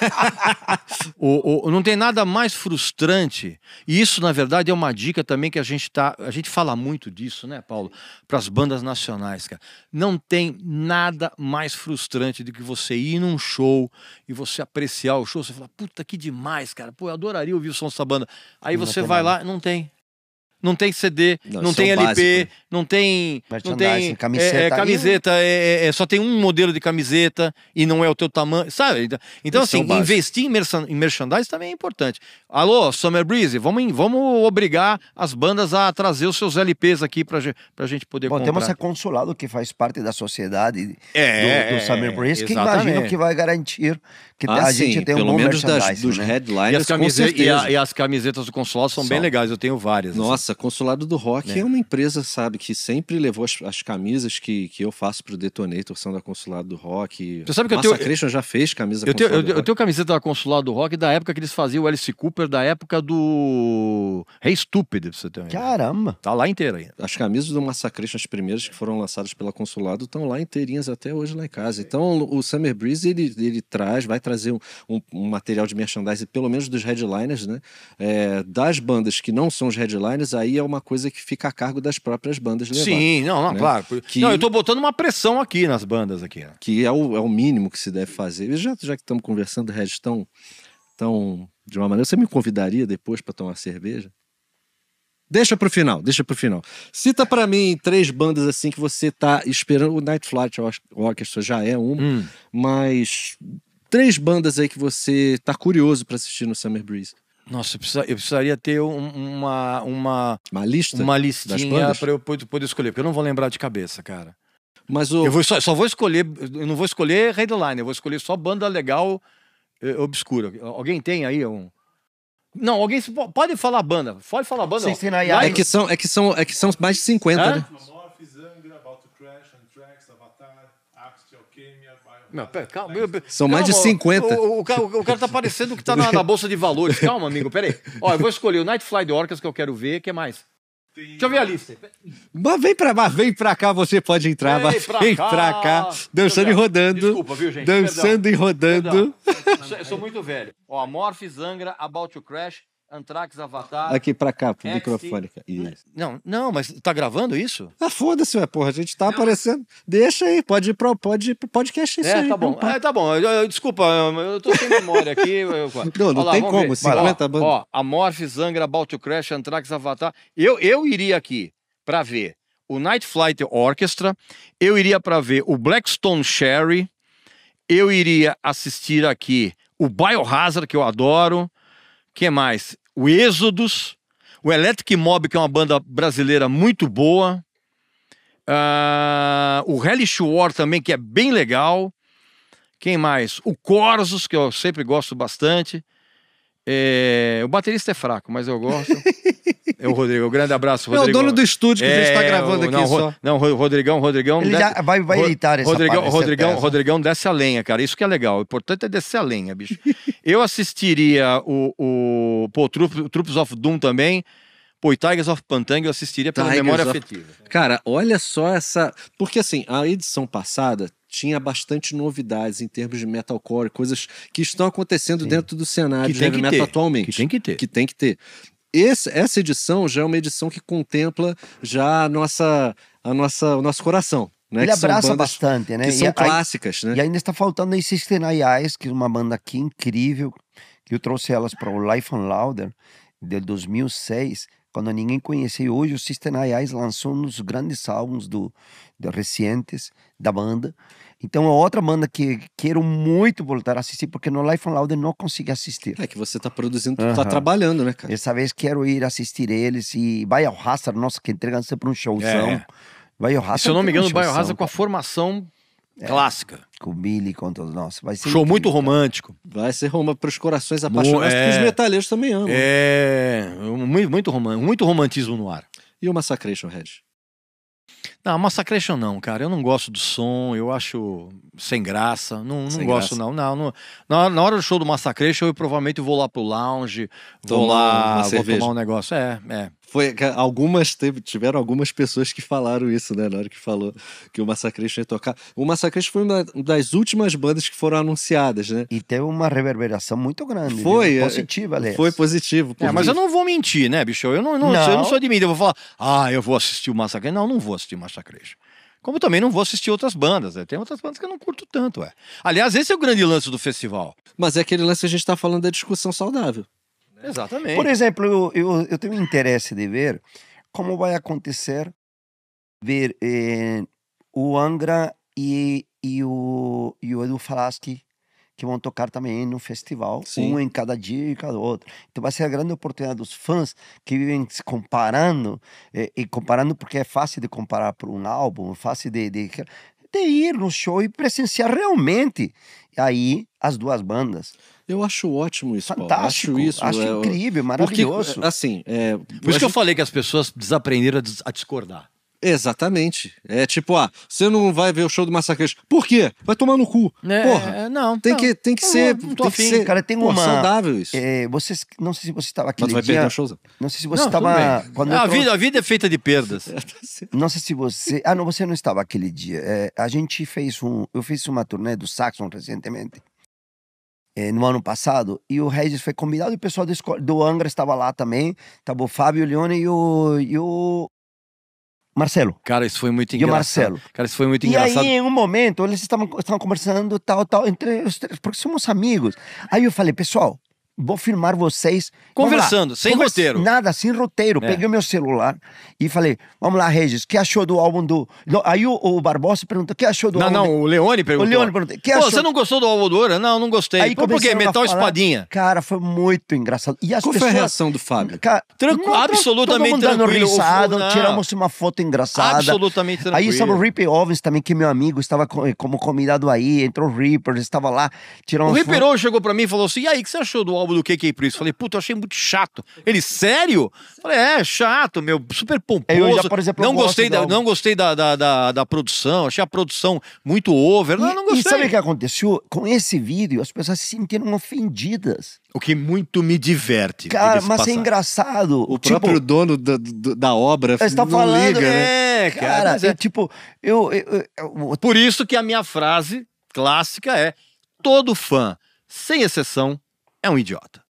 o, o- não tem nada mais frustrante. E isso, na verdade, é uma dica também que a gente tá. A gente fala muito disso, né, Paulo? Para as bandas nacionais, cara. Não tem nada mais frustrante do que você ir num show e você apreciar o show. Você fala, puta, que demais, cara. Pô, eu adoraria ouvir o som dessa banda. Aí Não você tem vai nada. lá, não tem. Não tem C D, Não, não, isso tem é o L P, básico, né? não tem. Não Merchandising, tem camiseta. é, é, Aí- camiseta, é, é, é, só tem um modelo de camiseta e não é o teu tamanho, sabe? Então, então Esse é o assim, básico. investir em, merchan, em merchandising também é importante. Alô, Summer Breeze, vamos, em- vamos obrigar as bandas a trazer os seus L Ps aqui pra, ge- pra gente poder Bom, comprar. temos a Consolado, que faz parte da sociedade É, do, do Summer Breeze, que exatamente. imagino que vai garantir que Ah, a sim, gente tem um pelo bom menos das, merchandising, dos né? E headliners, as, com camiseta, e, certeza. a- e as camisetas do Consulado são, bem São. legais, eu tenho várias. assim. Nossa, Consulado do Rock é. É. uma empresa, sabe, que sempre levou as, as camisas que, que eu faço pro Detonator, são da Consulado do Rock. Você sabe que eu tenho- Massacration já fez camisa Eu tenho, Consulado eu, do eu Rock. tenho camiseta da Consulado do Rock da época que eles faziam o Alice Cooper, da época do Rei Stúpido, pra você ter uma ideia. Caramba! Tá lá inteira ainda. As camisas do Massacration, as primeiras que foram lançadas pela Consulado, estão lá inteirinhas até hoje lá em casa. Então o Summer Breeze, ele, ele traz, vai trazer um, um, um material de merchandising, pelo menos dos headliners, né? É, das bandas que não são os headliners, aí é uma coisa que fica a cargo das próprias bandas levar. Sim, não, não, né? claro. Que- Não, eu tô botando uma pressão aqui nas bandas aqui. Né? Que é o, é o mínimo que se deve fazer. E já, já que estamos conversando, Regis, tão, tão, de uma maneira, você me convidaria depois para tomar cerveja? Deixa pro final, deixa pro final. Cita pra mim três bandas assim que você tá esperando. O Night Flight Orchestra já é uma, Hum. mas três bandas aí que você tá curioso pra assistir no Summer Breeze. Nossa, eu, precisa, eu precisaria ter um, uma, uma, Uma lista? uma das listinha bandas? pra eu poder poder escolher, porque eu não vou lembrar de cabeça, cara. Mas o... Eu vou, só, só vou escolher, eu não vou escolher headline, eu vou escolher só banda legal eh, obscura. Alguém tem aí um... Não, alguém pode falar banda, pode falar banda. Vocês têm na Vai- Yara- É que são, é que são, é que são mais de cinquenta, Hã? né? Amorphis, Angra, About to Crash, Anthrax, Avatar, Axis, Alchemia, Biohazard. Não, pera, calma, eu- eu- São mais de calma, cinquenta. O, o, o cara, o cara tá parecendo que tá na, na bolsa de valores. Calma, amigo, peraí. Ó, eu vou escolher o Night Flight Orchestra que eu quero ver, o que mais? Deixa eu ver a lista. Mas vem pra, mas vem pra cá, você pode entrar. Vem mas pra vem cá. pra cá. Dançando e Perdão. rodando. Desculpa, viu, gente? Dançando e rodando. Perdão. Sou- Eu sou muito velho. Ó, Amorphis, Angra, About to Crash, Anthrax, Avatar. Aqui pra cá, pro X T. microfone. cara. Isso. Não, não, mas tá gravando isso? Ah, foda-se, ué, porra. A gente tá aparecendo. Deixa aí, pode ir pro, pode ir pro podcast isso É, aí. tá bom. não, pá. É, tá bom. Eu- eu- desculpa, eu, eu tô sem memória aqui. Eu- Não, não Ó lá, tem vamos como, ver. cinquenta Ó, bandas. Ó, Amorphis, Angra, About to Crash, Anthrax, Avatar. Eu, eu iria aqui pra ver o Night Flight Orchestra, eu iria pra ver o Blackstone Cherry, eu iria assistir aqui o Biohazard, que eu adoro. Que mais? O Êxodos, o Electric Mob, que é uma banda brasileira muito boa. Ah, o Hellish War também, que é bem legal. Quem mais? O Corsos, que eu sempre gosto bastante. É, o baterista é fraco, mas eu gosto. É o Rodrigo. Um grande abraço, É Rodrigo. o dono do estúdio que a gente tá gravando o- aqui não, só. Ro- Não, Ro- Rodrigão, Rodrigão. Ele desce- já vai, vai Ro- editar essa Rodrigão, parte, Rodrigão, certeza. Rodrigão desce a lenha, cara. Isso que é legal. O importante é descer a lenha, bicho. Eu assistiria o, o pô, Troop- Troops of Doom também. Pô, e Tigers of Pantang eu assistiria pela Tigers memória of- afetiva. Cara, olha só essa. Porque assim, a edição passada tinha bastante novidades em termos de metalcore, coisas que estão acontecendo dentro do cenário Que de tem heavy que metal ter. atualmente. Que tem que ter. Que tem que ter. Esse- essa edição já é uma edição que contempla já a nossa, a nossa, o nosso coração. Né? Ele Que são abraça bandas bastante, né? Que E são aí- clássicas, né? E ainda está faltando a System Eyes, que é uma banda aqui incrível, que eu trouxe elas para o Life on Louder de dois mil e seis, quando ninguém conhecia. E hoje o System Eyes lançou um dos grandes álbuns do, de recentes da banda. Então é outra banda que quero muito voltar a assistir, porque no Life on Louder não consegui assistir. É que você tá produzindo, tu tá Aham. trabalhando, né, cara? Dessa vez quero ir assistir eles e Biohazard, nossa, que entregam sempre um showzão. É. Biohazard Se eu não me engano, o entrega um Biohazard showzão, com a formação clássica. com o Billy, com todos nós. Vai ser Show muito incrível. romântico. Vai ser Roma pros corações apaixonados, é. que os metaleiros também amam. É. Muito, muito, roman- muito romantismo no ar. E o Massacration, Red? Não, Massacration não, cara. Eu não gosto do som, eu acho sem graça. Não, não Sem gosto, graça. não. não, não. Na, na hora do show do Massacration, eu provavelmente vou lá pro lounge, vou Tomar lá, uma vou cerveja. tomar um negócio. É, é. Foi, que algumas teve, tiveram algumas pessoas que falaram isso, né? Na hora que falou que o Massacration ia tocar. O Massacration foi uma das últimas bandas que foram anunciadas, né? E teve uma reverberação muito grande. Foi, viu? é, Positiva, aliás. Foi positivo. É, mas eu não vou mentir, né, bicho? Eu não, não, Não. eu não sou de mim. Eu vou falar, ah, eu vou assistir o Massacration. Não, não vou assistir o Massacration. Como também não vou assistir outras bandas. Né? Tem outras bandas que eu não curto tanto, é. Aliás, esse é o grande lance do festival. Mas é aquele lance que a gente tá falando da discussão saudável. Exatamente. Por exemplo, eu, eu, eu tenho interesse de ver como vai acontecer ver eh, o Angra e, e, o, e o Edu Falaschi, que vão tocar também no festival, Sim. um em cada dia e cada outro. Então vai ser a grande oportunidade dos fãs que vivem se comparando, eh, e comparando porque é fácil de comparar por um álbum, fácil de, de, de ir no show e presenciar realmente aí as duas bandas. Eu acho ótimo isso, Paulo. Fantástico, Acho isso. acho é, incrível, porque, maravilhoso. assim, é, Por isso a que eu gente- falei que as pessoas desaprenderam a, dis- a discordar. Exatamente. É tipo, ah, você não vai ver o show do Massacration. Por quê? Vai tomar no cu. Porra. É, não. Tem não. que, tem que Não ser. vou, não tô tem que afim. ser Cara, tem pô, uma- saudável isso. É, vocês, não sei se você estava Mas aquele tu vai dia. perder o showzão. Não sei se você Não, tudo estava. bem. Quando eu a, trouxe- vida, a vida é feita de perdas. Não sei se você. Ah, não, você não estava aquele dia. É, a gente fez um. Eu fiz uma turnê do Saxon recentemente. é, no ano passado. E o Regis foi convidado e o pessoal do, Esco- do Angra estava lá também. Estava o Fábio, o Leone e o, e o Marcelo. Cara, isso foi muito E o engraçado. Marcelo. Cara, isso foi muito E engraçado. aí, em um momento, eles estavam, estavam conversando, tal, tal, entre os três, porque somos amigos. Aí eu falei, pessoal, vou filmar vocês. Vamos lá. Conversando, sem Conversa- roteiro. Nada, sem roteiro. É. Peguei o meu celular e falei, vamos lá, Regis, o que achou do álbum do... Não, aí o, o Barbosa perguntou, o que achou do Não, álbum... não, de- o Leone perguntou. O Leone perguntou, que Pô, achou? você não gostou do álbum do Ouro? Não, não gostei. Aí Pô, por quê? começaram a Metal falar. Espadinha. Cara, foi muito engraçado. E as Qual foi a pessoas... reação do Fábio? Cara, Tranqu- não, absolutamente todo mundo dando tranquilo. risada, O- não. tiramos uma foto engraçada. Absolutamente tranquilo. Aí estava o Ripper Owens também, que meu amigo estava co- como convidado aí, entrou o Ripper, estava lá, tirou O uma Ripper foto. Owens chegou pra mim e falou assim, e aí, o que você achou do álbum do K K Priest? Falei, puta, eu achei muito chato. Ele, sério? Falei, é, chato, meu, super pomposo. Eu já, por exemplo, eu não gosto gostei, do da, álbum. não gostei da, da, da, da produção, achei a produção muito over. Não, não E, e gostei. sabe o que aconteceu? Com esse vídeo, as pessoas se sentiram ofendidas. O que muito me diverte. Cara, diga-se mas é passagem. engraçado. O tipo, próprio dono da, do- da obra Ele está não falando, liga, né? É, cara. cara, mas é. eu, tipo, eu, eu, eu- eu- Por isso que a minha frase clássica é, todo fã, sem exceção, é um idiota.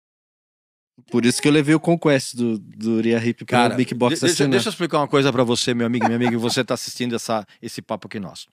Por isso que eu levei o Conquest do, do Uriah Heep para Cara, o Big Box de- deixa, assinar. deixa eu explicar uma coisa pra você, meu amigo, minha amiga, e você tá assistindo essa, esse papo aqui nosso.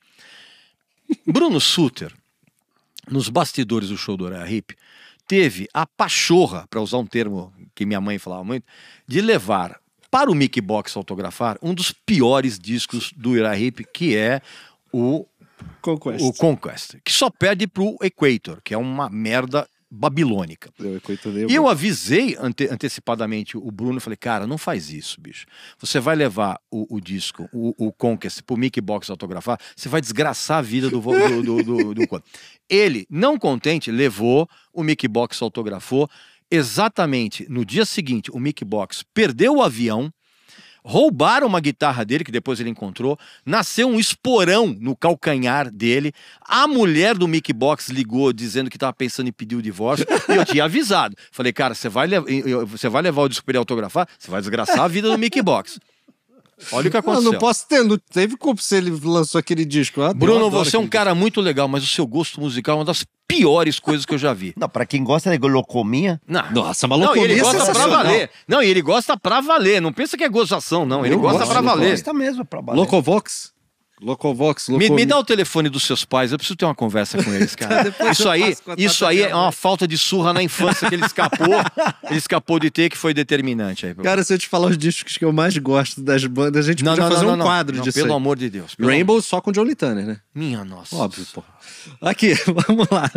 Bruno Sutter, nos bastidores do show do Uriah Heep, teve a pachorra, para usar um termo que minha mãe falava muito, de levar para o Mickey Box autografar um dos piores discos do Uriah Heep, que é o, Conquest. o Conquest, que só perde pro Equator, que é uma merda babilônica. Eu, coitado, E eu avisei ante- antecipadamente o Bruno, falei, cara, não faz isso, bicho. Você vai levar o, o disco, o, o Conquest, pro Mickey Box autografar, você vai desgraçar a vida do... vo- do, do, do, do- do- Ele, não contente, levou, o Mickey Box autografou, exatamente no dia seguinte, o Mickey Box perdeu o avião, roubaram uma guitarra dele, que depois ele encontrou, nasceu um esporão no calcanhar dele, a mulher do Mickey Box ligou dizendo que estava pensando em pedir o divórcio, e eu tinha avisado. Falei, cara, você vai, lev- eu- você vai levar o disco para ele autografar, você vai desgraçar a vida do Mickey Box. Olha o que Não, aconteceu. não posso ter, não teve culpa se ele lançou aquele disco. Eu adoro- Bruno, adoro você é um aquele cara muito legal, mas o seu gosto musical é uma das piores coisas que eu já vi. Não, pra quem gosta de glocomia, Não. disco. Nossa, Não, maluco, e ele gosta pra sensacional. valer. Não, e ele gosta pra valer. Não pensa que é gozação, não. Ele Eu gosta gosto pra de valer. gosta mesmo pra valer. Locovox? Locovox, Me, Loco... me dá o telefone dos seus pais, eu preciso ter uma conversa com eles, cara. Depois Isso eu aí, faço contato isso aí da é minha uma mãe. falta de surra na infância que ele escapou. Ele escapou de ter, que foi determinante aí. Cara, se eu te falar os discos que eu mais gosto das bandas, a gente não, podia não, fazer não, um não, quadro não, disso pelo aí. amor de Deus. pelo Rainbow só com Johnny Turner, né? Minha nossa. Óbvio, pô. Aqui, vamos lá.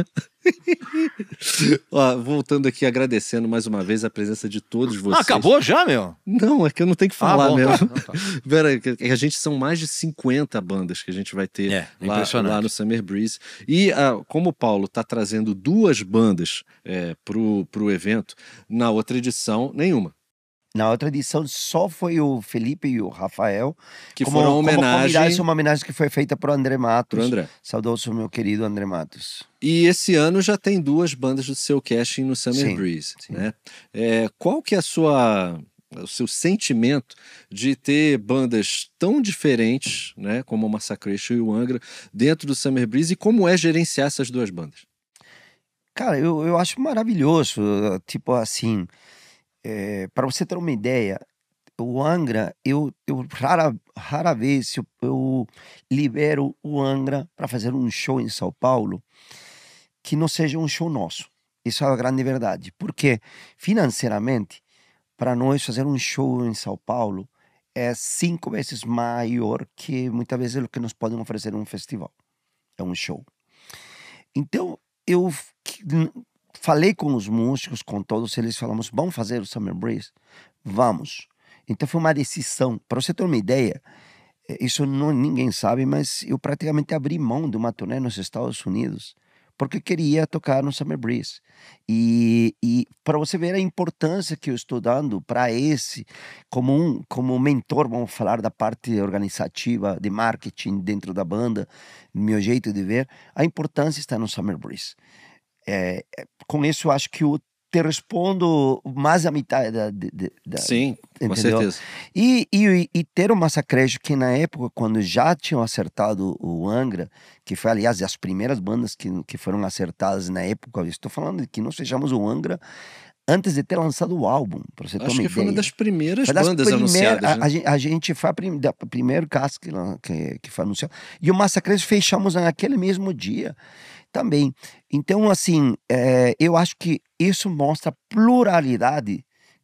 Ó, voltando aqui, agradecendo mais uma vez a presença de todos vocês. Ah, acabou já, meu? Não, é que eu não tenho que falar Ah, bom, mesmo. tá, então tá. Pera, que a gente são mais de cinquenta bandas que a gente vai ter É, lá, impressionante. lá no Summer Breeze. E ah, como o Paulo está trazendo duas bandas é, pro, pro evento, na outra edição, nenhuma. Na outra edição só foi o Felipe e o Rafael. Que como, foram uma como homenagem convidados, uma homenagem que foi feita pro André Matos. pro André. Saudoso meu querido André Matos. E esse ano já tem duas bandas do seu casting no Summer Sim, Breeze, sim. né? É, qual que é a sua, o seu sentimento de ter bandas tão diferentes, né, como o Massacration e o Angra, dentro do Summer Breeze, e como é gerenciar essas duas bandas? Cara, eu, eu acho maravilhoso. Tipo assim, é, para você ter uma ideia, o Angra, eu, eu rara, rara vez eu, eu libero o Angra para fazer um show em São Paulo que não seja um show nosso. Isso é a grande verdade. Porque financeiramente, para nós fazer um show em São Paulo é cinco vezes maior que muitas vezes o que nos podem oferecer um festival. É um show. Então, eu f- que- n- falei com os músicos, com todos eles, falamos, vamos fazer o Summer Breeze? Vamos. Então foi uma decisão. Para você ter uma ideia, eh, isso não, ninguém sabe, mas eu praticamente abri mão de uma turnê nos Estados Unidos porque eu queria tocar no Summer Breeze. E, e para você ver a importância que eu estou dando para esse, como um como mentor, vamos falar da parte organizativa, de marketing dentro da banda, meu jeito de ver, a importância está no Summer Breeze. É, é, com isso, eu acho que eu te respondo mais a metade da... de- de- da- Sim, com entendeu? certeza. E, e, e ter o Massacration, que na época, quando já tinham acertado o Angra, que foi, aliás, as primeiras bandas que, que foram acertadas na época, eu estou falando de que nós fechamos o Angra antes de ter lançado o álbum, para você ter Acho uma que foi uma ideia. das primeiras Foi das bandas primeir- anunciadas. A, Né? a, gen- a gente foi a prim, da primeiro cast que, lan- que, que foi anunciado. E o Massacres fechamos naquele mesmo dia também. Então, assim, é, eu acho que isso mostra a pluralidade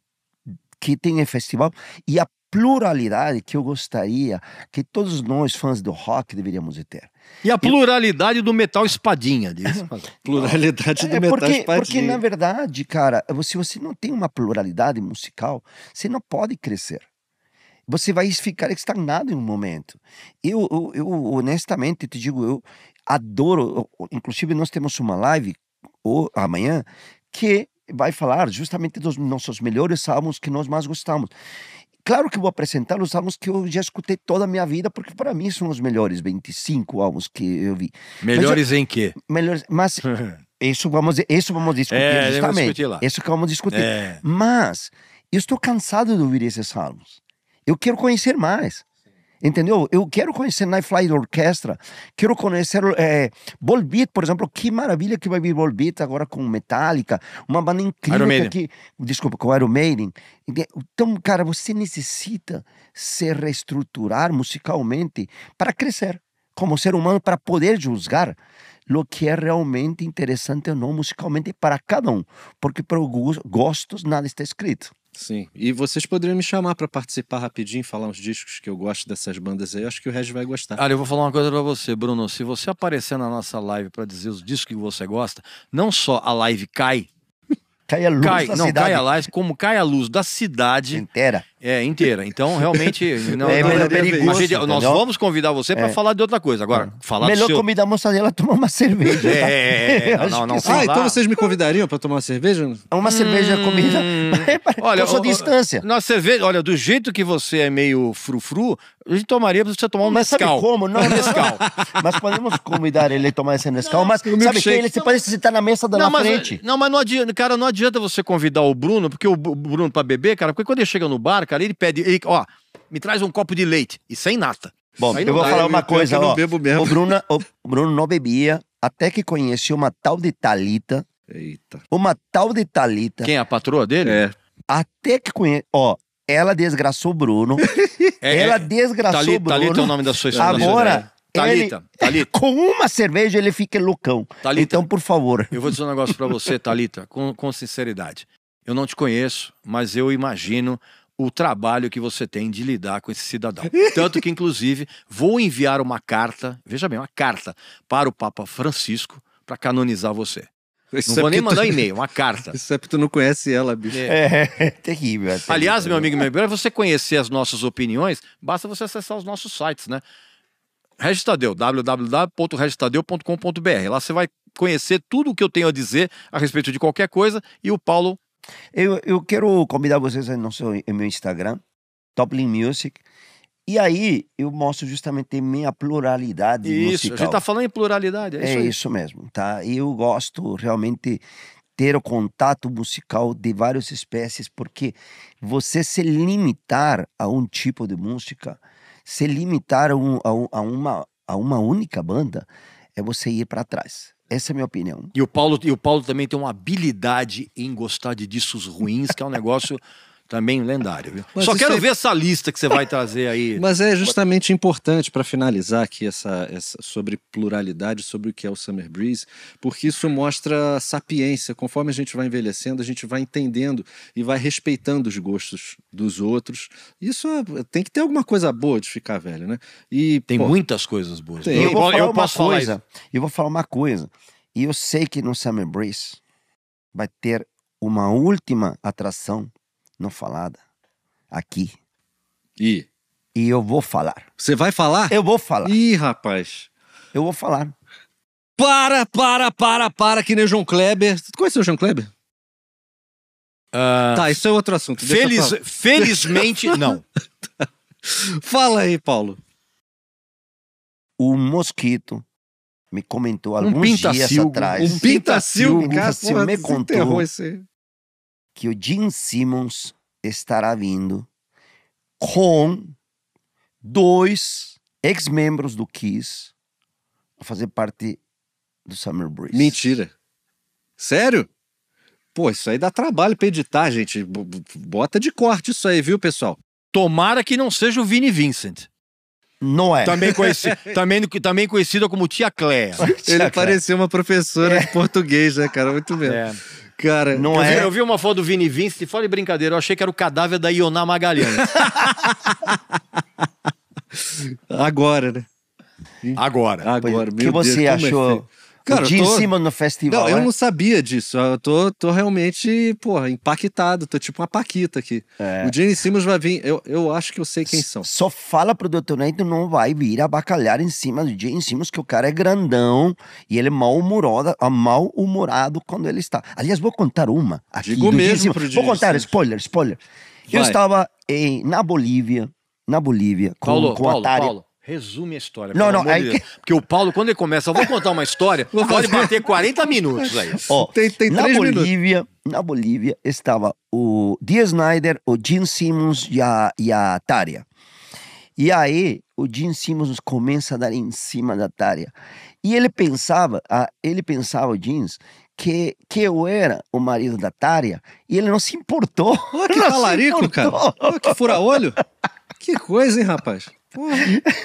que tem em festival e a pluralidade que eu gostaria que todos nós, fãs do rock, deveríamos de ter. E a pluralidade do metal espadinha disso. Pluralidade do É metal porque, espadinha. porque, na verdade, cara, se você não tem uma pluralidade musical, você não pode crescer. Você vai ficar estagnado em um momento. Eu, eu, eu honestamente, te digo, eu adoro. eu- Inclusive, nós temos uma live ou, amanhã que vai falar justamente dos nossos melhores álbuns que nós mais gostamos. Claro que eu vou apresentar os álbuns que eu já escutei toda a minha vida, porque para mim são os melhores vinte e cinco álbuns que eu vi. Melhores em quê? Melhores, mas isso vamos, isso vamos discutir É, vamos justamente. discutir lá. Isso que vamos discutir. É. Mas eu estou cansado de ouvir esses álbuns. Eu quero conhecer mais. Entendeu? Eu quero conhecer Night Flight Orchestra, quero conhecer é, Volbeat, por exemplo. Que maravilha que vai vir Volbeat agora com Metallica, uma banda incrível Iron que Maiden. aqui, desculpa, com Iron Maiden. Então, cara, você necessita se reestruturar musicalmente para crescer como ser humano, para poder julgar o que é realmente interessante ou não musicalmente para cada um, porque para os gostos nada está escrito. Sim, e vocês poderiam me chamar pra participar rapidinho, falar uns discos que eu gosto dessas bandas aí. Acho que o Regis vai gostar. Olha, eu vou falar uma coisa pra você, Bruno. Se você aparecer na nossa live pra dizer os discos que você gosta, não só a live cai, Cai a luz cai, da não cidade cai a live, como cai a luz da cidade inteira. é, inteira. Então, realmente, não, É não- meio a perigoso, gente- nós entendeu? vamos convidar você pra É. falar de outra coisa. Agora, falar Melhor do seu... convidar a moçadela a tomar uma cerveja. É, tá? é, é, é. Eu acho Não, não, que sim. falar- Ah, então vocês me convidariam pra tomar uma cerveja? Uma cerveja comida. Olha, com sua o- o- distância. Na cerveja, olha, do jeito que você é meio frufru, a gente tomaria pra você tomar um Mas sabe Nescau. como? Não, Um Nescau. Mas podemos convidar ele a tomar esse Nescau. Mas sabe que milkshake. ele se parece sentar na mesa da Não, na mas, frente. não, mas não adianta, cara, não adianta você convidar o Bruno, porque o Bu- Bruno pra beber, cara, porque quando ele chega no bar, cara, ele pede, ele, ó, me traz um copo de leite, e sem nata. Bom, Aí eu não vou dá, falar eu- uma pior coisa, que eu não ó. bebo mesmo. O Bruno, o Bruno não bebia até que conheceu uma tal de Thalita. Eita. Uma tal de Thalita. Quem é a patroa dele? É. Até que conhece. Ó, ela desgraçou o Bruno. É, ela é, desgraçou o Thalita, Bruno. Thalita é o nome da sua esposa. Agora, Thalita, Thalita. com uma cerveja ele fica loucão. Thalita. Então, por favor. Eu vou dizer um negócio pra você, Thalita, com, com sinceridade. Eu não te conheço, mas eu imagino o trabalho que você tem de lidar com esse cidadão. Tanto que, inclusive, vou enviar uma carta, veja bem, uma carta para o Papa Francisco para canonizar você. Isso Não é vou nem porque tu- mandar e-mail, uma carta. Isso é porque tu não conhece ela, bicho. É. É, terrível. é terrível. Aliás, meu amigo, meu amigo, para você conhecer as nossas opiniões, basta você acessar os nossos sites, né? Regis Tadeu, w w w ponto regis tadeu ponto com ponto b r. Lá você vai conhecer tudo o que eu tenho a dizer a respeito de qualquer coisa e o Paulo. Eu, eu quero convidar vocês no nosso, no meu Instagram, Toplin Music. E aí eu mostro justamente minha pluralidade Isso, musical. a gente tá falando em pluralidade, é, É isso aí. isso mesmo, tá? Eu gosto realmente ter o contato musical de várias espécies, porque você se limitar a um tipo de música, se limitar a, um, a, um, a uma, a uma única banda, é você ir para trás. Essa é a minha opinião. E o Paulo, e o Paulo também tem uma habilidade em gostar de discos ruins, que é um negócio também lendário, viu? Mas Só isso quero aí- ver essa lista que você vai trazer aí. Mas é justamente importante para finalizar aqui essa, essa sobre pluralidade, sobre o que é o Summer Breeze, porque isso mostra sapiência. Conforme a gente vai envelhecendo, a gente vai entendendo e vai respeitando os gostos dos outros. Isso é- tem que ter alguma coisa boa de ficar velho, né? E Tem pô, muitas coisas boas. Tem. E eu, Eu, vou po- falar eu uma posso falar coisa. isso. Eu vou falar uma coisa. E eu sei que no Summer Breeze vai ter uma última atração não falada aqui. E E eu vou falar. você vai falar? Eu vou falar. Ih, rapaz. Eu vou falar. Para, para, para, para, que nem o João Kleber. Tu conhece o João Kleber? Ah, Tá, isso é outro assunto. Deixa eu feliz, falar. felizmente, não. Fala aí, Paulo. O Mosquito me comentou Um alguns dias pintacilgo, atrás Um pintacilgo, Um cara. pintacilgo porra, me desenterrou contou esse aí. que o Gene Simmons estará vindo com dois ex-membros do Kiss a fazer parte do Summer Breeze. Mentira. Sério? Pô, isso aí dá trabalho pra editar, gente. B- b- Bota de corte isso aí, viu, pessoal? Tomara que não seja o Vini Vincent. Não é. Também, conheci, também, também conhecida como Tia Cléia. Ele parecia uma professora de português, né, cara? Muito mesmo. É. Cara, Não Eu, é. vi, eu vi uma foto do Vini Vincent e fora de brincadeira, eu achei que era o cadáver da Ioná Magalhães. agora, né? Agora. Agora, O meu que você Deus, como é achou? feio. Cara, o eu Gene tô- Simmons no festival, Não, eu né? não sabia disso. Eu tô, tô realmente, porra, impactado. Tô tipo uma paquita aqui. É. O Gene Simmons vai vir. Eu, eu acho que eu sei quem são. Só fala pro doutor Neto não vai vir abacalhar em cima do Gene Simmons, que o cara é grandão e ele é mal-humorado, mal-humorado quando ele está. Aliás, vou contar uma aqui Digo do Gene mesmo Simmons. pro Vou Gene contar, Simmons. spoiler, spoiler. Eu Vai. estava em, na Bolívia, na Bolívia, com, Paulo, com Paulo, a Tária. Paulo, resume a história. Não, pelo não, amor aí de que- Deus. Porque o Paulo, quando ele começa, eu vou contar uma história, Vou pode fazer- bater quarenta minutos aí. Ó, Tem- tem na três minutos. Bolívia, na Bolívia estava o Dee Snider, o Gene Simmons e a, e a Tária. E aí o Gene Simmons começa a dar em cima da Tária. E ele pensava, ah, ele pensava, o Jeans, que, que eu era o marido da Tária e ele não se importou. Olha que Não se talarico, cara. importou. Olha que fura-olho. Que coisa, hein, rapaz? Porra.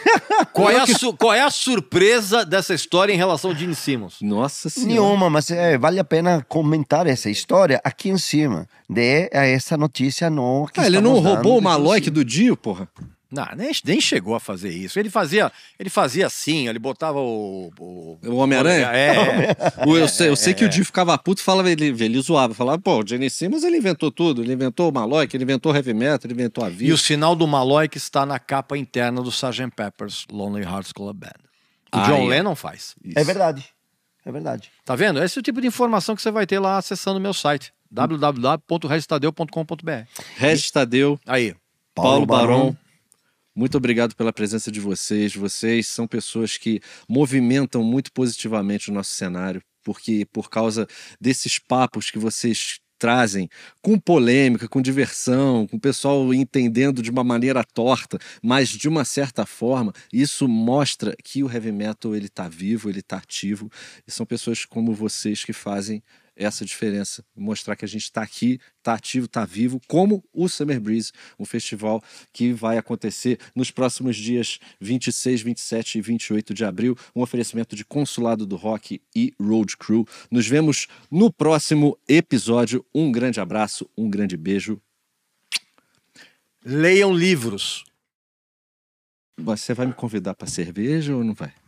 Qual é, a su- qual é a surpresa dessa história em relação ao Gene Simmons? Nossa senhora. Nenhuma, mas é, vale a pena comentar essa história aqui em cima de eh, essa notícia não que Ah, ele não estamos dando roubou o de Maloik Gene do Dio, porra? Não, nem, nem chegou a fazer isso. Ele fazia, ele fazia assim, ele botava o... O, O Homem-Aranha? É, é. O- eu sei, eu sei que é. o Dio ficava puto, falava, ele, ele zoava, falava, pô, o Gene Simmons ele inventou tudo, ele inventou o Maloik, ele inventou o Heavy Metal, ele inventou a E vida. o sinal do Maloik está na capa interna do sergeant Pepper's Lonely Hearts Club Band. O Ah, John é. Lennon faz. É verdade, é verdade. Tá vendo? Esse é o tipo de informação que você vai ter lá acessando o meu site, w w w ponto registadeu ponto com ponto b r. Regis Tadeu, Aí. Paulo, Paulo Barão, Barão. muito obrigado pela presença de vocês. Vocês são pessoas que movimentam muito positivamente o nosso cenário, porque por causa desses papos que vocês trazem com polêmica, com diversão, com o pessoal entendendo de uma maneira torta, mas de uma certa forma, isso mostra que o heavy metal ele tá vivo, ele tá ativo, e são pessoas como vocês que fazem essa diferença, mostrar que a gente está aqui, está ativo, está vivo, como o Summer Breeze, um festival que vai acontecer nos próximos dias vinte e seis, vinte e sete e vinte e oito de abril, um oferecimento de Consulado do Rock e Road Crew. Nos vemos no próximo episódio. Um grande abraço, um grande beijo. Leiam livros. Você vai me convidar para cerveja ou não vai?